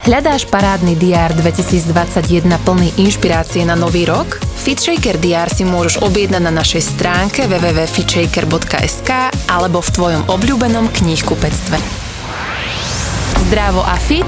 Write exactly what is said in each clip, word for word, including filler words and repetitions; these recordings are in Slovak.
Hľadáš parádny dé er dvetisícdvadsaťjeden plný inšpirácie na nový rok? FitShaker dé er si môžeš objednať na našej stránke w w w bodka fitshaker bodka es ká alebo v tvojom obľúbenom knihkupectve. Zdravo a fit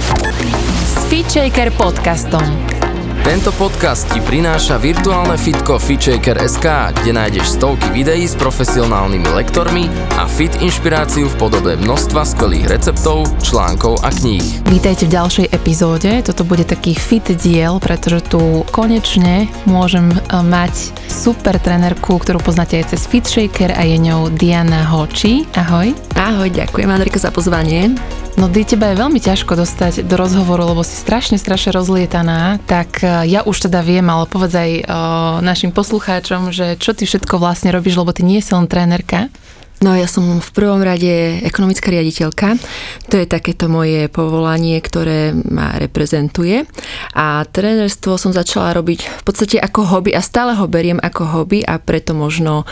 s FitShaker podcastom. Tento podcast ti prináša virtuálne fitko FitShaker bodka es ká, kde nájdeš stovky videí s profesionálnymi lektormi a fit inšpiráciu v podobe množstva skvelých receptov, článkov a kníh. Vítajte v ďalšej epizóde. Toto bude taký fit diel, pretože tu konečne môžem mať super trénerku, ktorú poznáte aj cez FitShaker a je ňou Diana Hoči. Ahoj. Ahoj, ďakujem Andrika za pozvanie. No, ty teba je veľmi ťažko dostať do rozhovoru, lebo si strašne, strašne rozlietaná, tak ja už teda viem, ale povedz aj o, našim poslucháčom, že čo ty všetko vlastne robíš, lebo ty nie si len trénerka. No, ja som v prvom rade ekonomická riaditeľka. To je takéto moje povolanie, ktoré ma reprezentuje. A trénerstvo som začala robiť v podstate ako hobby a stále ho beriem ako hobby a preto možno,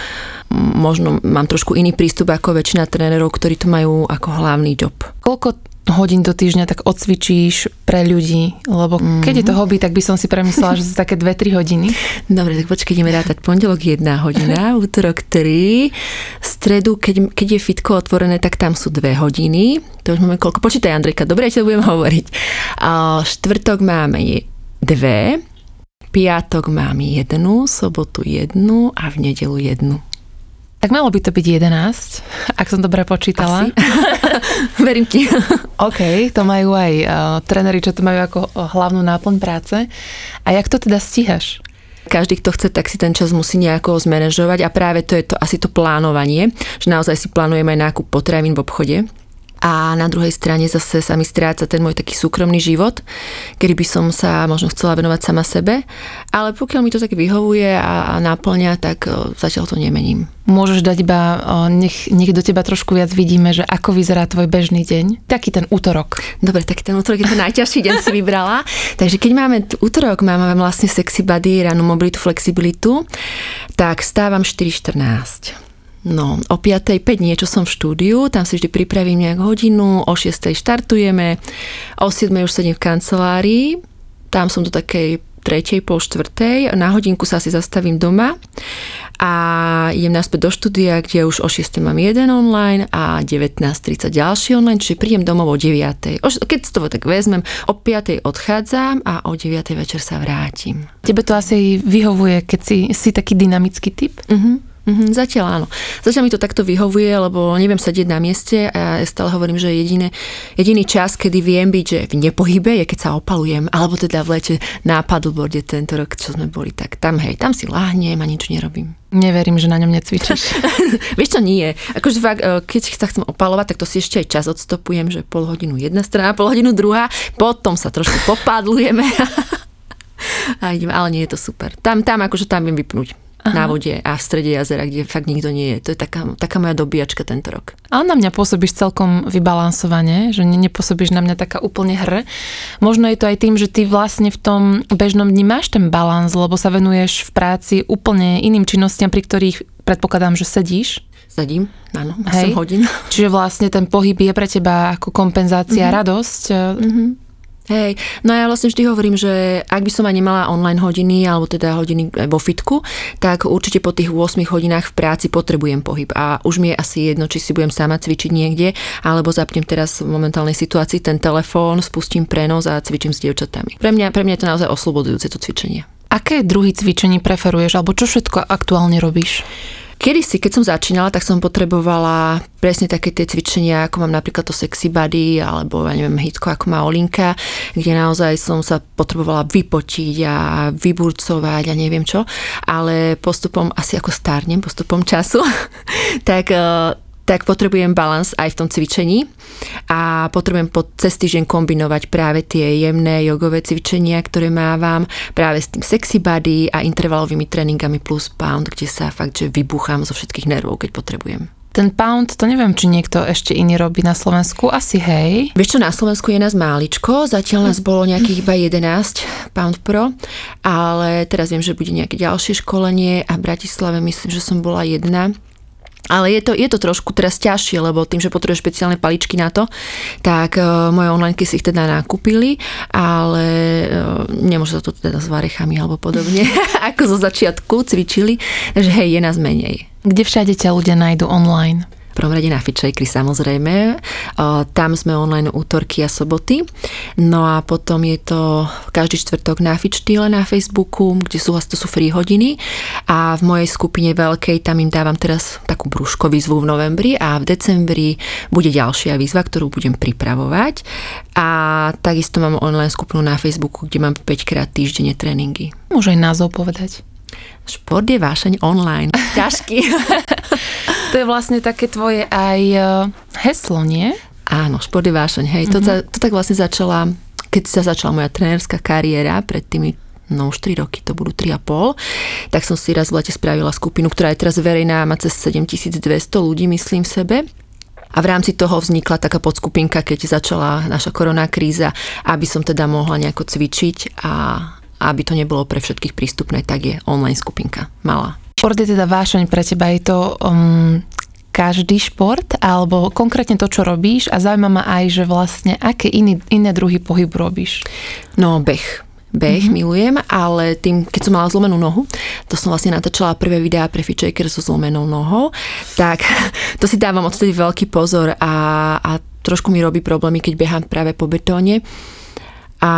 možno mám trošku iný prístup ako väčšina trénerov, ktorí to majú ako hlavný job. Koľko hodín do týždňa tak odcvičíš pre ľudí? Lebo mm-hmm. keď je to hobby, tak by som si premyslela, že sú také dve tri hodiny. Dobre, tak počkaj, ideme rátať. Pondelok jedna hodina, útorok tri, stredu, keď, keď je fitko otvorené, tak tam sú dve hodiny. To už máme koľko? Počítaj, Andrejka, dobre, ja ti to budem hovoriť. A štvrtok máme dve, piatok mám jednu, sobotu jednu a v nedeľu jednu. Tak malo by to byť jedenásť, ak som dobre počítala. Asi. Verím ti. OK, to majú aj uh, tréneri, čo to majú ako uh, hlavnú náplň práce. A jak to teda stíhaš? Každý, kto chce, tak si ten čas musí nejako zmanéžovať a práve to je to asi to plánovanie, že naozaj si plánujeme aj nákup potravín v obchode. A na druhej strane zase sa mi stráca ten môj taký súkromný život, kedy by som sa možno chcela venovať sama sebe, ale pokiaľ mi to tak vyhovuje a, a náplňa, tak o, zatiaľ to nemením. Môžeš dať iba, o, nech, nech do teba trošku viac vidíme, že ako vyzerá tvoj bežný deň. Taký ten útorok. Dobre, tak ten útorok je ten najťažší deň si vybrala. Takže keď máme t- útorok, máme vlastne sexy body, ranú mobilitu, flexibilitu, tak stávam štyri štrnásť. No, o piatej päť niečo som v štúdiu, tam si vždy pripravím nejak hodinu, o šiestej štartujeme, o siedmej už sedím v kancelárii, tam som do takej tretej, pol štvrtej, na hodinku sa asi zastavím doma a idem naspäť do štúdia, kde už o šiestej mám jeden online a devätnásť tridsať ďalší online, čiže prídem domov o deviatej. Keď to tak vezmem, o piatej odchádzam a o deviatej večer sa vrátim. Tebe to asi vyhovuje, keď si, si taký dynamický typ? Mhm. Mm-hmm, zatiaľ áno. Zatiaľ mi to takto vyhovuje, lebo neviem sedieť na mieste a ja stále hovorím, že jediné, jediný čas, kedy viem byť, že v nepohybe je, keď sa opalujem, alebo teda v lete na paddleboarde tento rok, čo sme boli, tak tam hej, tam si láhnem a nič nerobím. Neverím, že na ňom necvičíš. Vieš čo, nie. Akože fakt, keď sa chcem opalovať, tak to si ešte aj čas odstopujem, že pol hodinu jedna strana, pol hodinu druhá, potom sa trošku popadlujeme a idem, ale nie je to super. Tam, tam akože tam viem vypnúť. Aha. Na vode a v strede jazera, kde fakt nikto nie je. To je taká, taká moja dobíjačka tento rok. Ale na mňa pôsobíš celkom vybalansovane, že nepôsobíš na mňa taká úplne hr. Možno je to aj tým, že ty vlastne v tom bežnom dni máš ten balans, lebo sa venuješ v práci úplne iným činnostiam, pri ktorých predpokladám, že sedíš. Sedím, áno, osem hodín. Čiže vlastne ten pohyb je pre teba ako kompenzácia, mm-hmm. radosť. Mhm. Hej, no ja vlastne vždy hovorím, že ak by som aj nemala online hodiny, alebo teda hodiny vo fitku, tak určite po tých ôsmich hodinách v práci potrebujem pohyb. A už mi je asi jedno, či si budem sama cvičiť niekde, alebo zapnem teraz v momentálnej situácii ten telefón, spustím prenos a cvičím s dievčatami. Pre mňa, pre mňa je to naozaj oslobodujúce to cvičenie. Aké druhy cvičení preferuješ, alebo čo všetko aktuálne robíš? Kedysi, keď som začínala, tak som potrebovala presne také tie cvičenia, ako mám napríklad to sexy body, alebo ja neviem, hitko, ako má Olinka, kde naozaj som sa potrebovala vypotiť a vyburcovať a neviem čo, ale postupom, asi ako stárnem, postupom času, tak... tak potrebujem balans aj v tom cvičení a potrebujem po cez týždeň kombinovať práve tie jemné jogové cvičenia, ktoré mávam práve s tým sexy body a intervalovými tréningami plus pound, kde sa fakt, že vybuchám zo všetkých nervov, keď potrebujem. Ten pound, to neviem, či niekto ešte iný robí na Slovensku, asi hej. Vieš čo, na Slovensku je nás máličko, zatiaľ nás bolo nejakých iba jedenásť pound pro, ale teraz viem, že bude nejaké ďalšie školenie a v Bratislave myslím, že som bola jedna. Ale je to, je to trošku teraz ťažšie, lebo tým, že potrebuješ špeciálne paličky na to, tak uh, moje onlineky si ich teda nakúpili, ale uh, nemôže sa to teda s varechami alebo podobne, ako zo začiatku cvičili, takže hej, je nás menej. Kde všade ťa ľudia nájdu online? V prvom rade na FitShakery samozrejme. Tam sme online útorky a soboty. No a potom je to každý štvrtok na FitStyle na Facebooku, kde sú, to sú free hodiny. A v mojej skupine veľkej tam im dávam teraz takú brúško výzvu v novembri a v decembri bude ďalšia výzva, ktorú budem pripravovať. A takisto mám online skupinu na Facebooku, kde mám päť krát týždenne tréningy. Môže aj názov povedať. Šport je vášeň online. Ťažký. To je vlastne také tvoje aj heslo, nie? Áno, šport je vášeň. Hej, mm-hmm. to, za, to tak vlastne začala, keď sa začala moja trénerská kariéra pred tými, no už tri roky, to budú tri a pol, tak som si raz v lete spravila skupinu, ktorá je teraz verejná, má cez sedemtisícdvesto ľudí, myslím v sebe. A v rámci toho vznikla taká podskupinka, keď začala naša koronná kríza, aby som teda mohla nejako cvičiť a aby to nebolo pre všetkých prístupné, tak je online skupinka malá. Šport je teda vášeň pre teba, je to um, každý šport, alebo konkrétne to, čo robíš a zaujíma ma aj, že vlastne aké iný, iné druhy pohybu robíš? No, beh. Beh mm-hmm. milujem, ale tým, keď som mala zlomenú nohu, to som vlastne natáčala prvé videá pre FitShaker so zlomenou nohou, tak to si dávam odtedy veľký pozor a, a trošku mi robí problémy, keď behám práve po betóne. A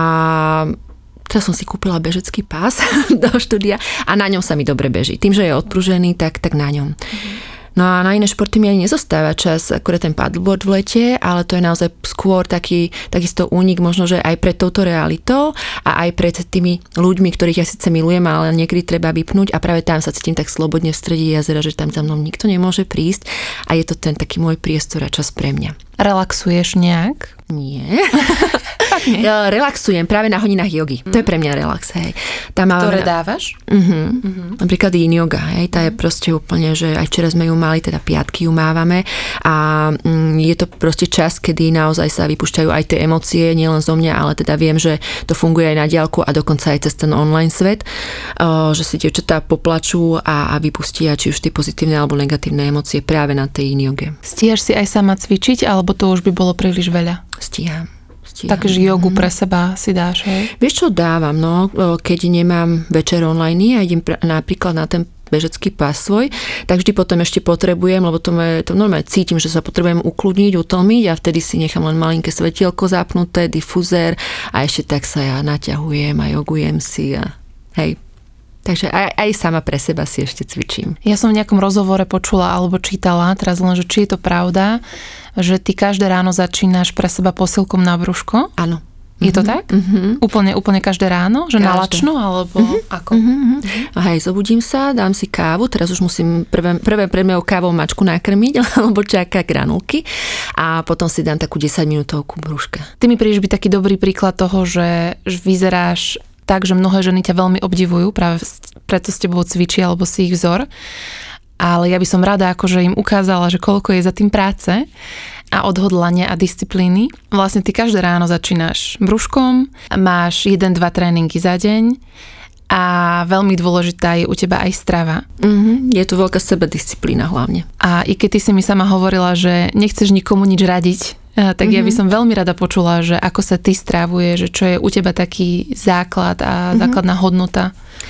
teraz som si kúpila bežecký pás do štúdia a na ňom sa mi dobre beží. Tým, že je odpružený, tak, tak na ňom. No a na iné športy mi ani nezostáva čas, akorát ten paddleboard v lete, ale to je naozaj skôr taký, takisto únik možno, že aj pred touto realitou a aj pred tými ľuďmi, ktorých ja síce milujem, ale niekedy treba vypnúť a práve tam sa cítim tak slobodne v strede jazera, že tam za mnou nikto nemôže prísť a je to ten taký môj priestor a čas pre mňa. Relaxuješ nejak? Nie. Ja relaxujem práve na hodinách jogy. Mm. To je pre mňa relax, hej. Tam Ktoré máme... dávaš? Uh-huh. Uh-huh. Napríklad yin yoga, hej. Tá je proste úplne, že aj včera sme ju mali, teda piatky ju mávame a mm, je to proste čas, kedy naozaj sa vypúšťajú aj tie emócie, nielen zo mňa, ale teda viem, že to funguje aj na diaľku a dokonca aj cez ten online svet, o, že si dievčatá poplačú a, a vypustia či už tie pozitívne alebo negatívne emócie práve na tej yin yoge. Stíhaš si aj sama cvičiť, alebo to už by bolo príliš veľa? Stíham. Takže jogu pre seba si dáš, hej? Vieš čo, dávam, no, keď nemám večer online a idem pr- napríklad na ten bežecký pás svoj, tak vždy potom ešte potrebujem, lebo to, me, to normálne cítim, že sa potrebujem ukludniť, utlmiť a vtedy si nechám len malinké svetielko zapnuté, difuzér a ešte tak sa ja naťahujem a jogujem si a hej. Takže aj, aj sama pre seba si ešte cvičím. Ja som v nejakom rozhovore počula alebo čítala, teraz len, že či je to pravda, že ty každé ráno začínaš pre seba posilkom na brúško? Áno. Je to tak? Mm-hmm. Úplne, úplne každé ráno? Že každé. Na lačno? Alebo mm-hmm. ako? Mm-hmm. A hej, zobudím sa, dám si kávu, teraz už musím prvé, prvé pred mojou kávou mačku nakrmiť, lebo čaká granulky a potom si dám takú desaťminútovku brúška. Ty mi prídeš byť taký dobrý príklad toho, že vyzeráš tak, že mnohé ženy ťa veľmi obdivujú, práve preto s tebou cvičia, alebo si ich vzor. Ale ja by som rada akože im ukázala, že koľko je za tým práce a odhodlania a disciplíny. Vlastne ty každé ráno začínaš brúškom, máš jeden dva tréningy za deň a veľmi dôležitá je u teba aj strava. Mm-hmm. Je tu veľká sebadisciplína hlavne. A i keď ty si mi sama hovorila, že nechceš nikomu nič radiť, tak mm-hmm. ja by som veľmi rada počula, že ako sa ty strávuje, že čo je u teba taký základ a mm-hmm. základná hodnota.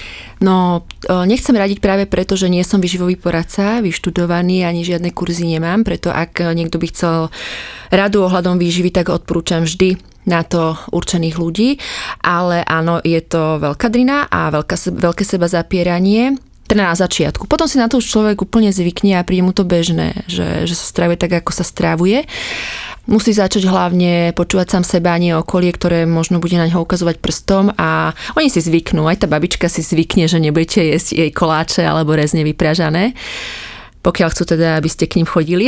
No, nechcem radiť práve preto, že nie som výživový poradca, vyštudovaný, ani žiadne kurzy nemám, preto ak niekto by chcel radu ohľadom výživy, tak odporúčam vždy na to určených ľudí, ale áno, je to veľká drina a veľká, veľké seba zapieranie, teda na začiatku. Potom si na to už človek úplne zvykne a príde mu to bežné, že, že sa stravuje tak, ako sa stravuje. Musí začať hlavne počúvať sám seba, nie okolie, ktoré možno bude na ňo ukazovať prstom a oni si zvyknú. Aj tá babička si zvykne, že nebudete jesť jej koláče alebo rezne vypražané. Pokiaľ chcú teda, aby ste k ním chodili.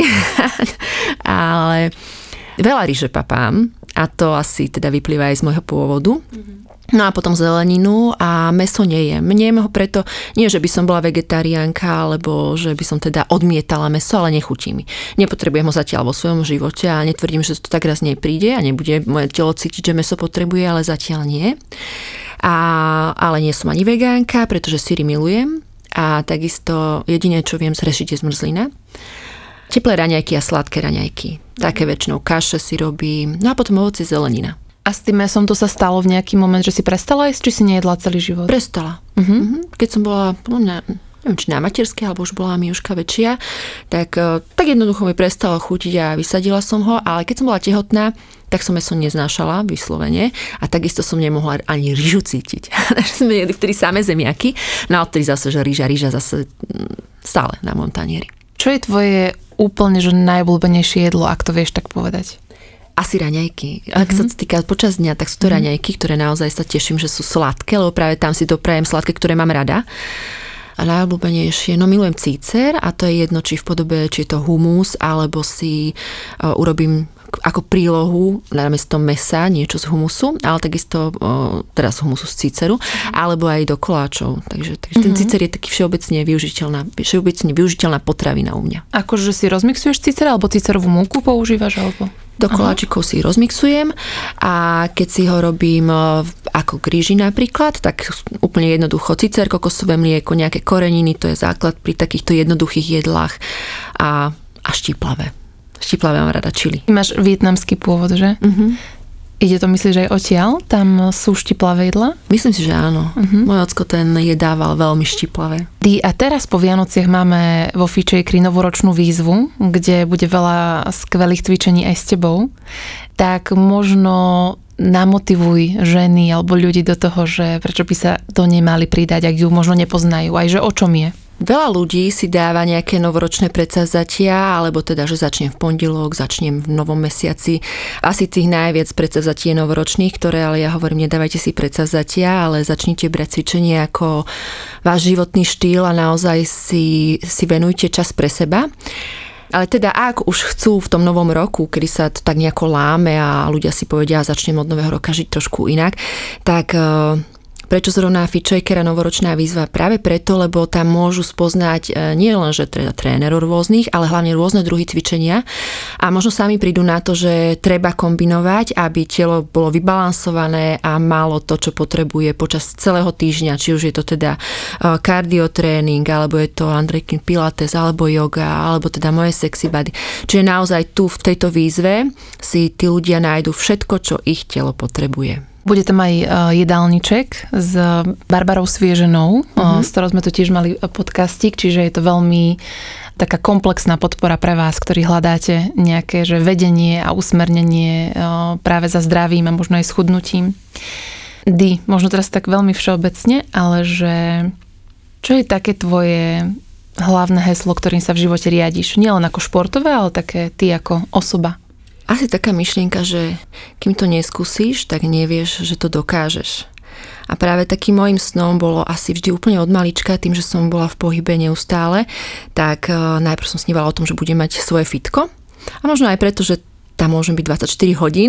Ale veľa ryže papám a to asi teda vyplýva aj z môjho pôvodu. Mm-hmm. No a potom zeleninu a mäso nejem. Nejem ho preto, nie že by som bola vegetariánka, alebo že by som teda odmietala mäso, ale nechutí mi. Nepotrebujem ho zatiaľ vo svojom živote a netvrdím, že to tak raz nepríde a nebude moje telo cítiť, že mäso potrebuje, ale zatiaľ nie. A, ale nie som ani vegánka, pretože syry milujem. a takisto jediné, čo viem zrešiť, je zmrzlina. Teplé raňajky a sladké raňajky. Také väčšinou kaše si robím. No a potom ovocie, zelenina. A s tým mesom to sa stalo v nejaký moment, že si prestala jesť, či si nejedla celý život? Prestala. Uh-huh. Keď som bola, neviem, či na materskej, alebo už bola Miuška väčšia, tak, tak jednoducho mi prestalo chutiť a vysadila som ho, ale keď som bola tehotná, tak som meso neznášala vyslovene a takisto som nemohla ani rýžu cítiť. Takže sme jedli vtedy samé zemiaky, no a odtedy zase, že rýža, rýža zase stále na mojom tanieri. Čo je tvoje úplne že najobľúbenejšie jedlo, ak to vieš tak povedať? Asi raňajky. Ak mm-hmm. sa to týka počas dňa, tak sú to mm-hmm. raňajky, ktoré naozaj sa teším, že sú sladké, lebo práve tam si doprajem sladké, ktoré mám rada. A najobľúbenejšie, no milujem cícer a to je jedno, či v podobe, či je to humus, alebo si uh, urobím ako prílohu namiesto mesa niečo z humusu, ale takisto uh, teraz humusu z cíceru, mm-hmm. alebo aj do koláčov. Takže, takže ten mm-hmm. cícer je taký všeobecne využiteľná, všeobecne využiteľná potravina u mňa. Akože si rozmixuješ cícer, alebo cícerovú múku používaš, alebo... Do koláčikov si rozmixujem a keď si ho robím ako k rýži napríklad, tak úplne jednoducho cícer, kokosové mlieko, nejaké koreniny, to je základ pri takýchto jednoduchých jedlách a, a štíplavé. Štíplavé mám rada čili. Máš vietnamský pôvod, že? Mhm. Ide to, myslíš, aj odtiaľ? Tam sú štiplavé jedla? Myslím si, že áno. Uh-huh. Môj ocko ten jedával veľmi štiplavé. Ty, a teraz po Vianociach máme vo Fitshakeri novoročnú výzvu, kde bude veľa skvelých cvičení aj s tebou. Tak možno namotivuj ženy alebo ľudí do toho, že prečo by sa do nej mali pridať, ak ju možno nepoznajú. Aj že o čom je? Veľa ľudí si dáva nejaké novoročné predsavzatia, alebo teda, že začnem v pondelok, začnem v novom mesiaci. Asi tých najviac predsavzatí je novoročných, ktoré, ale ja hovorím, nedávajte si predsavzatia, ale začnite brať cvičenie ako váš životný štýl a naozaj si, si venujte čas pre seba. Ale teda ak už chcú v tom novom roku, kedy sa to tak nejako láme a ľudia si povedia, začnem od nového roka žiť trošku inak, tak... Prečo zrovna Fitshakera novoročná výzva? Práve preto, lebo tam môžu spoznať nie len, že teda trénerov rôznych, ale hlavne rôzne druhy cvičenia a možno sami prídu na to, že treba kombinovať, aby telo bolo vybalansované a malo to, čo potrebuje počas celého týždňa, či už je to teda kardiotréning, alebo je to Andrejkin Pilates, alebo yoga, alebo teda moje sexy body. Čiže naozaj tu v tejto výzve si tí ľudia nájdu všetko, čo ich telo potrebuje. Bude tam aj jedálniček s Barbarou Svieženou, mm-hmm. s ktorou sme tu tiež mali podcastík, čiže je to veľmi taká komplexná podpora pre vás, ktorí hľadáte nejaké že vedenie a usmernenie práve za zdravím a možno aj schudnutím. Dy, možno teraz tak veľmi všeobecne, ale že čo je také tvoje hlavné heslo, ktorým sa v živote riadiš? Nie len ako športové, ale také ty ako osoba. Asi taká myšlienka, že kým to neskúsiš, tak nevieš, že to dokážeš. A práve takým môjim snom bolo asi vždy úplne od malička, tým, že som bola v pohybe neustále, tak najprv som snívala o tom, že budem mať svoje fitko. A možno aj preto, že tam môžem byť dvadsaťštyri hodín,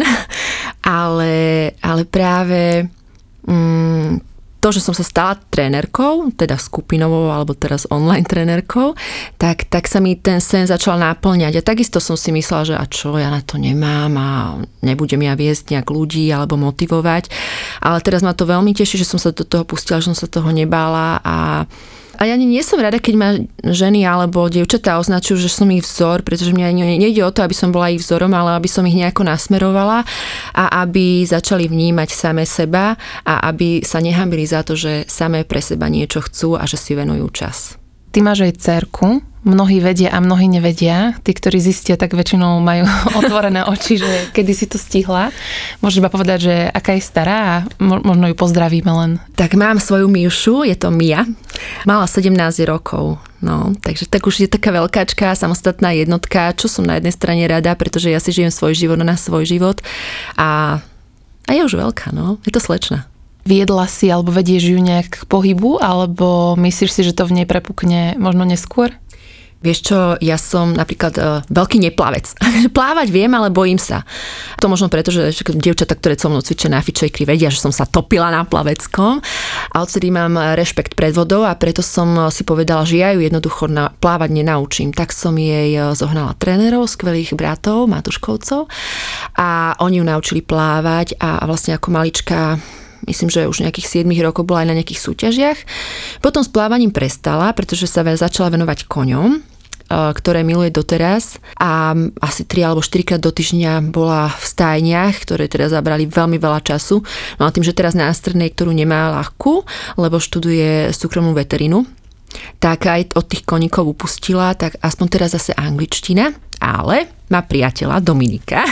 ale, ale práve... Mm, to, že som sa stala trénerkou, teda skupinovou alebo teraz online trénerkou, tak, tak sa mi ten sen začal náplňať. A takisto som si myslela, že a čo, ja na to nemám a nebudem ja viesť nejak ľudí alebo motivovať. Ale teraz ma to veľmi teší, že som sa do toho pustila, že som sa toho nebála a A ja nie som rada, keď ma ženy alebo dievčatá označujú, že som ich vzor, pretože mňa nejde o to, aby som bola ich vzorom, ale aby som ich nejako nasmerovala a aby začali vnímať samé seba a aby sa nehambili za to, že samé pre seba niečo chcú a že si venujú čas. Ty máš aj dcerku, mnohí vedia a mnohí nevedia. Tí, ktorí zistia, tak väčšinou majú otvorené oči, že kedy si to stihla. Môžeš iba povedať, že aká je stará a možno ju pozdravíme len. Tak mám svoju Miušu, je to Mia. Mala sedemnásť rokov, no, takže tak už je taká veľkáčka, samostatná jednotka, čo som na jednej strane rada, pretože ja si žijem svoj život na svoj život a, a je už veľká, no, je to slečna. Viedla si, alebo vedieš ju nejak k pohybu, alebo myslíš si, že to v nej prepukne možno neskôr? Vieš čo, ja som napríklad uh, veľký neplavec. Plávať viem, ale bojím sa. To možno preto, že dievčatá, ktoré so mnou cvičia na Fitshakeri, vedia, že som sa topila na plaveckom. A odtedy mám rešpekt pred vodou a preto som si povedala, že ja ju jednoducho na, plávať nenaučím. Tak som jej zohnala trénerov, skvelých bratov, Matuškovcov a oni ju naučili plávať a vlastne ako malička myslím, že už nejakých siedmich rokov bola aj na nejakých súťažiach. Potom s plávaním prestala, pretože sa začala venovať koňom, ktoré miluje doteraz a asi tri alebo štyrikrát do týždňa bola v stajniach, ktoré teda zabrali veľmi veľa času. No a tým, že teraz na strednej, ktorú nemá ľahkú, lebo študuje súkromnú veterinu, tak aj od tých koníkov upustila, tak aspoň teraz zase angličtina, ale má priateľa Dominika,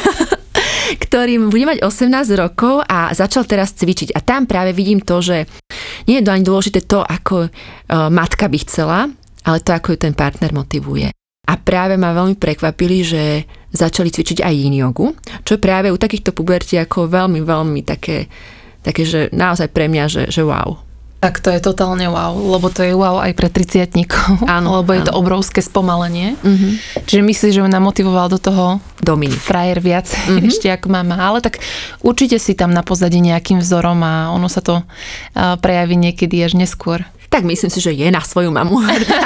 ktorý bude mať osemnásť rokov a začal teraz cvičiť. A tam práve vidím to, že nie je to ani dôležité to, ako matka by chcela, ale to, ako ju ten partner motivuje. A práve ma veľmi prekvapili, že začali cvičiť aj yin jogu, čo je práve u takýchto pubertiakov veľmi, veľmi také, také že naozaj pre mňa, že, že wow. Tak to je totálne wow, lebo to je wow aj pre tridsiatnikov, áno, lebo je áno. to obrovské spomalenie. Uh-huh. Čiže myslíš, že ju namotivoval do toho Dominik. Frajer viac uh-huh. ešte ako mama. Ale tak určite si tam na pozadí nejakým vzorom a ono sa to uh, prejaví niekedy až neskôr. Tak myslím si, že je na svoju mamu.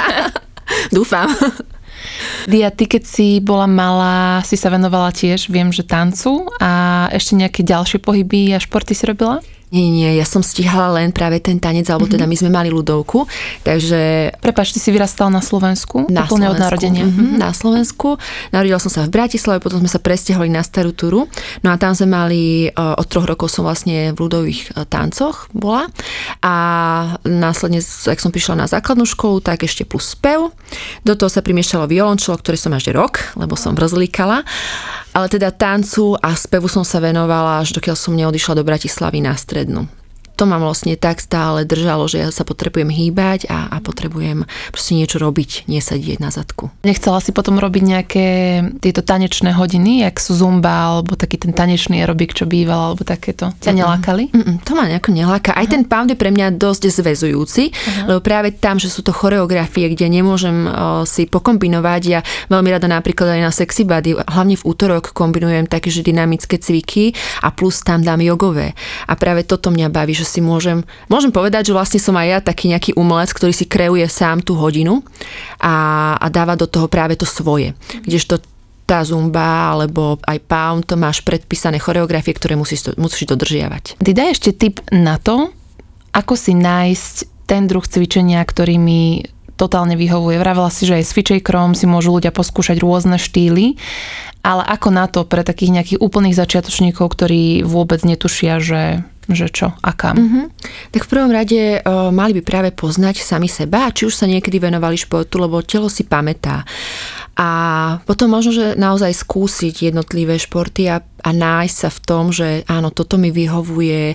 Dúfam. Dia, ty keď si bola malá, si sa venovala tiež, viem, že tancu a ešte nejaké ďalšie pohyby a športy si robila? Nie, nie, ja som stihala len práve ten tanec, alebo teda my sme mali ľudovku, takže... Prepáč, ty si vyrastala na Slovensku? Na úplne Slovensku. Od narodenia? Mm-hmm, na Slovensku. Narodila som sa v Bratislave, potom sme sa presťahovali na Starú Turu. No a tam sme mali, od troch rokov som vlastne v ľudových tancoch bola. A následne, ak som prišla na základnú školu, tak ešte plus spev. Do toho sa primiešalo violončelo, ktoré som až rok, lebo som rozlíkala. Ale teda tancu a spevu som sa venovala, až dokiaľ som neodišla do Bratislavy na strednú. To ma vlastne tak stále držalo, že ja sa potrebujem hýbať a, a potrebujem proste niečo robiť, nie sedieť na zadku. Nechcela si potom robiť nejaké tieto tanečné hodiny, jak sú zumba, alebo taký ten tanečný aerobik, čo býval, alebo takéto? Ťa nelákali? Mm-mm, to ma nejako neláka. Aj Aha. ten pound je pre mňa dosť zväzujúci, Aha. lebo práve tam, že sú to choreografie, kde nemôžem o, si pokombinovať. Ja veľmi rada napríklad aj na Sexy Body, hlavne v útorok kombinujem také, že dynamické cviky a plus tam dám jogové. A práve toto mňa baví, že si môžem, môžem povedať, že vlastne som aj ja taký nejaký umelec, ktorý si kreuje sám tú hodinu a, a dáva do toho práve to svoje. Kdežto tá zumba alebo aj pound, to máš predpísané choreografie, ktoré musíš, musíš dodržiavať. Ty daj ešte tip na to, ako si nájsť ten druh cvičenia, ktorý mi totálne vyhovuje. Vravela si, že aj s fitchakerom si môžu ľudia poskúšať rôzne štýly, ale ako na to pre takých nejakých úplných začiatočníkov, ktorí vôbec netušia, že že čo a kam. Mm-hmm. Tak v prvom rade o, mali by práve poznať sami seba, či už sa niekedy venovali športu, lebo telo si pamätá. A potom možno, že naozaj skúsiť jednotlivé športy a, a nájsť sa v tom, že áno, toto mi vyhovuje, o,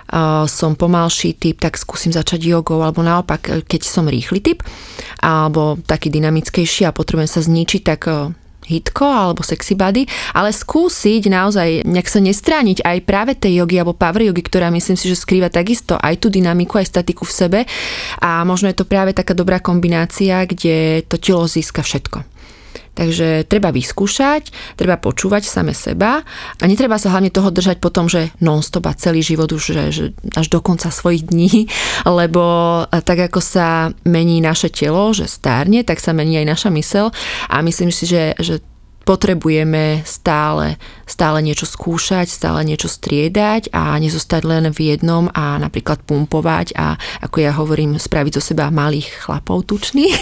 som pomalší typ, tak skúsim začať jogou, alebo naopak, keď som rýchly typ, alebo taký dynamickejší a potrebujem sa zničiť, tak o, hitko alebo sexy body, ale skúsiť naozaj nejak sa nestrániť aj práve tej jogy alebo power jogy, ktorá myslím si, že skrýva takisto aj tú dynamiku, aj statiku v sebe a možno je to práve taká dobrá kombinácia, kde to telo získa všetko. Takže treba vyskúšať, treba počúvať same seba a netreba sa hlavne toho držať potom, že non-stop a celý život už že, že až do konca svojich dní, lebo tak ako sa mení naše telo, že stárne, tak sa mení aj naša myseľ a myslím si, že, že potrebujeme stále, stále niečo skúšať, stále niečo striedať a nezostať len v jednom a napríklad pumpovať a ako ja hovorím, spraviť zo seba malých chlapov tučných,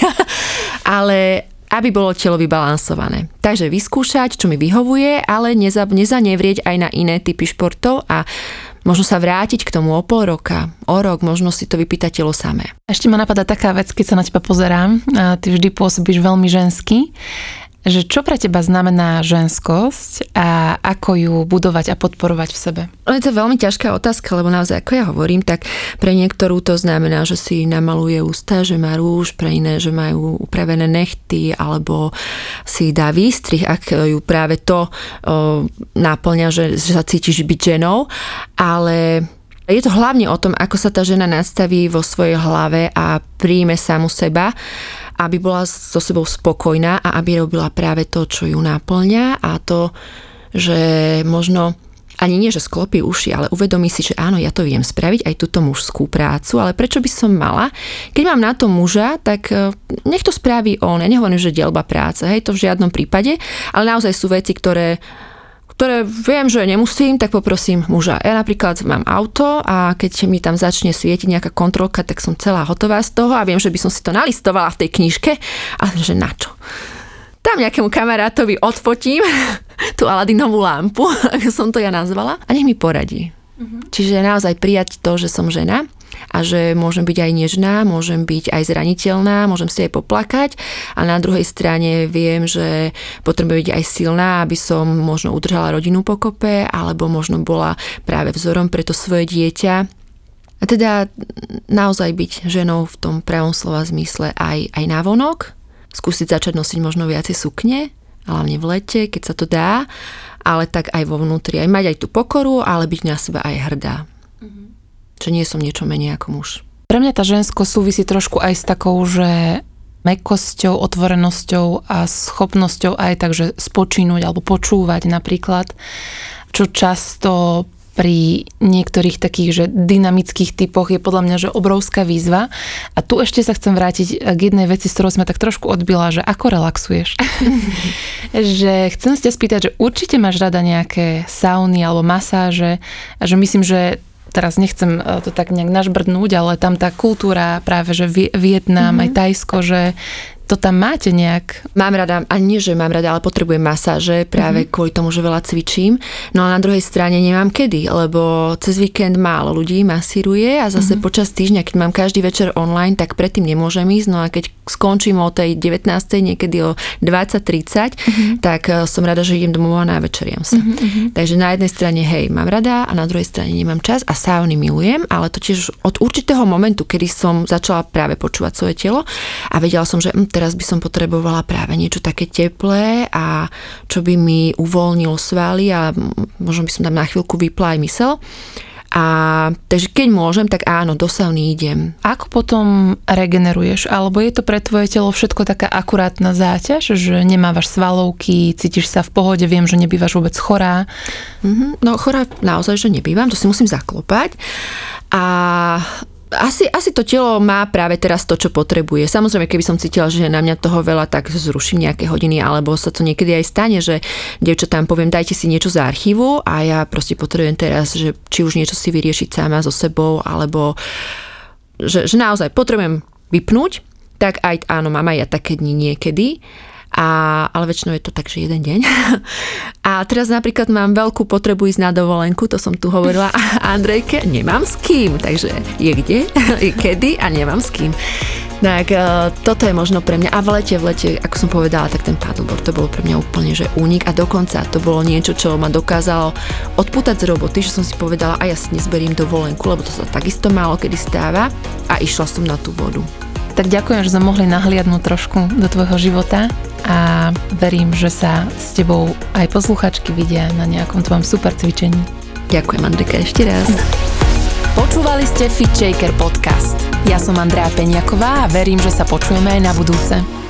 ale aby bolo telo vybalansované. Takže vyskúšať, čo mi vyhovuje, ale neza, nezanevrieť aj na iné typy športov a možno sa vrátiť k tomu o pol roka, o rok, možno si to vypýta telo samé. Ešte ma napadá taká vec, keď sa na teba pozerám, a ty vždy pôsobíš veľmi žensky, že čo pre teba znamená ženskosť a ako ju budovať a podporovať v sebe? Je to veľmi ťažká otázka, lebo naozaj, ako ja hovorím, tak pre niektorú to znamená, že si namaluje ústa, že má rúž, pre iné, že majú upravené nechty, alebo si dá výstrih, ak ju práve to o, náplňa, že, že sa cítiš byť ženou, ale je to hlavne o tom, ako sa tá žena nastaví vo svojej hlave a príjme samu seba, aby bola so sebou spokojná a aby robila práve to, čo ju náplňa a to, že možno ani nie, že sklopí uši, ale uvedomí si, že áno, ja to viem spraviť, aj túto mužskú prácu, ale prečo by som mala? Keď mám na to muža, tak nech to spraví on. Ja nehovorím, že dielba práce, hej, to v žiadnom prípade, ale naozaj sú veci, ktoré ktoré viem, že nemusím, tak poprosím muža. Ja napríklad mám auto a keď mi tam začne svietiť nejaká kontrolka, tak som celá hotová z toho a viem, že by som si to nalistovala v tej knižke, ale že na čo? Tam nejakému kamarátovi odfotím tú Aladinovú lampu, ako som to ja nazvala, a nech mi poradí. Uh-huh. Čiže naozaj prijať to, že som žena a že môžem byť aj nežná, môžem byť aj zraniteľná, môžem si aj poplakať a na druhej strane viem, že potrebujem byť aj silná, aby som možno udržala rodinu pokope alebo možno bola práve vzorom pre to svoje dieťa. A teda naozaj byť ženou v tom pravom slova zmysle aj, aj navonok, skúsiť začať nosiť možno viacej sukne, hlavne v lete, keď sa to dá, ale tak aj vo vnútri, aj mať aj tú pokoru, ale byť na seba aj hrdá. Mm-hmm. Že nie som niečo menej ako muž. Pre mňa tá žensko súvisí trošku aj s takou, že mäkkosťou, otvorenosťou a schopnosťou aj takže spočínuť alebo počúvať napríklad, čo často pri niektorých takých, že dynamických typoch je podľa mňa, že obrovská výzva. A tu ešte sa chcem vrátiť k jednej veci, s ktorou sme tak trošku odbila, že ako relaxuješ. Že chcem sa ťa spýtať, že určite máš rada nejaké sauny alebo masáže a že myslím, že teraz nechcem to tak nejak našbrdnúť, ale tam tá kultúra práve, že Vietnam, mm-hmm. aj Tajsko, že to tam máte nejak? Mám rada, a nie, že mám rada, ale potrebujem masáže práve mm-hmm. kvôli tomu, že veľa cvičím. No a na druhej strane nemám kedy, lebo cez víkend málo ľudí masíruje a zase mm-hmm. počas týždňa, keď mám každý večer online, tak predtým nemôžem ísť. No a keď skončím o tej devätnástej, niekedy o dvadsať tridsať, mm-hmm. tak som rada, že idem domov a navečeriam sa. Mm-hmm. Takže na jednej strane, hej, mám rada a na druhej strane nemám čas a sauny milujem, ale to tiež od určitého momentu, kedy som začala práve počúvať svoje telo a vedela som, že hm, teraz by som potrebovala práve niečo také teplé a čo by mi uvoľnilo svaly a možno by som tam na chvíľku vypla aj mysel. A takže keď môžem, tak áno, do sauny idem. Ako potom regeneruješ? Alebo je to pre tvoje telo všetko taká akurátna záťaž, že nemávaš svalovky, cítiš sa v pohode, viem, že nebývaš vôbec chorá? Mm-hmm. No chorá naozaj, že nebývam, to si musím zaklopať. A Asi, asi to telo má práve teraz to, čo potrebuje. Samozrejme, keby som cítila, že na mňa toho veľa, tak zruším nejaké hodiny, alebo sa to niekedy aj stane, že dievčatám poviem, dajte si niečo z archívu a ja proste potrebujem teraz, že či už niečo si vyriešiť sama so sebou, alebo že, že naozaj potrebujem vypnúť, tak aj áno, mám aj ja také dni niekedy. A, ale väčšinou je to tak, že jeden deň. A teraz napríklad mám veľkú potrebu ísť na dovolenku, to som tu hovorila Andrejke, nemám s kým, takže je kde, je kedy a nemám s kým. Tak toto je možno pre mňa. A v lete, v lete, ako som povedala, tak ten paddleboard, to bolo pre mňa úplne, že únik a dokonca to bolo niečo, čo ma dokázalo odpútať z roboty, že som si povedala, a ja si nezberiem dovolenku, lebo to sa takisto málo kedy stáva a išla som na tú vodu. Tak ďakujem, že sme mohli nahliadnúť trošku do tvojho života a verím, že sa s tebou aj posluchačky vidia na nejakom tvojom super cvičení. Ďakujem, Andrejka, ešte raz. Počúvali ste Fit Shaker podcast. Ja som Andrea Peňaková a verím, že sa počujeme aj na budúce.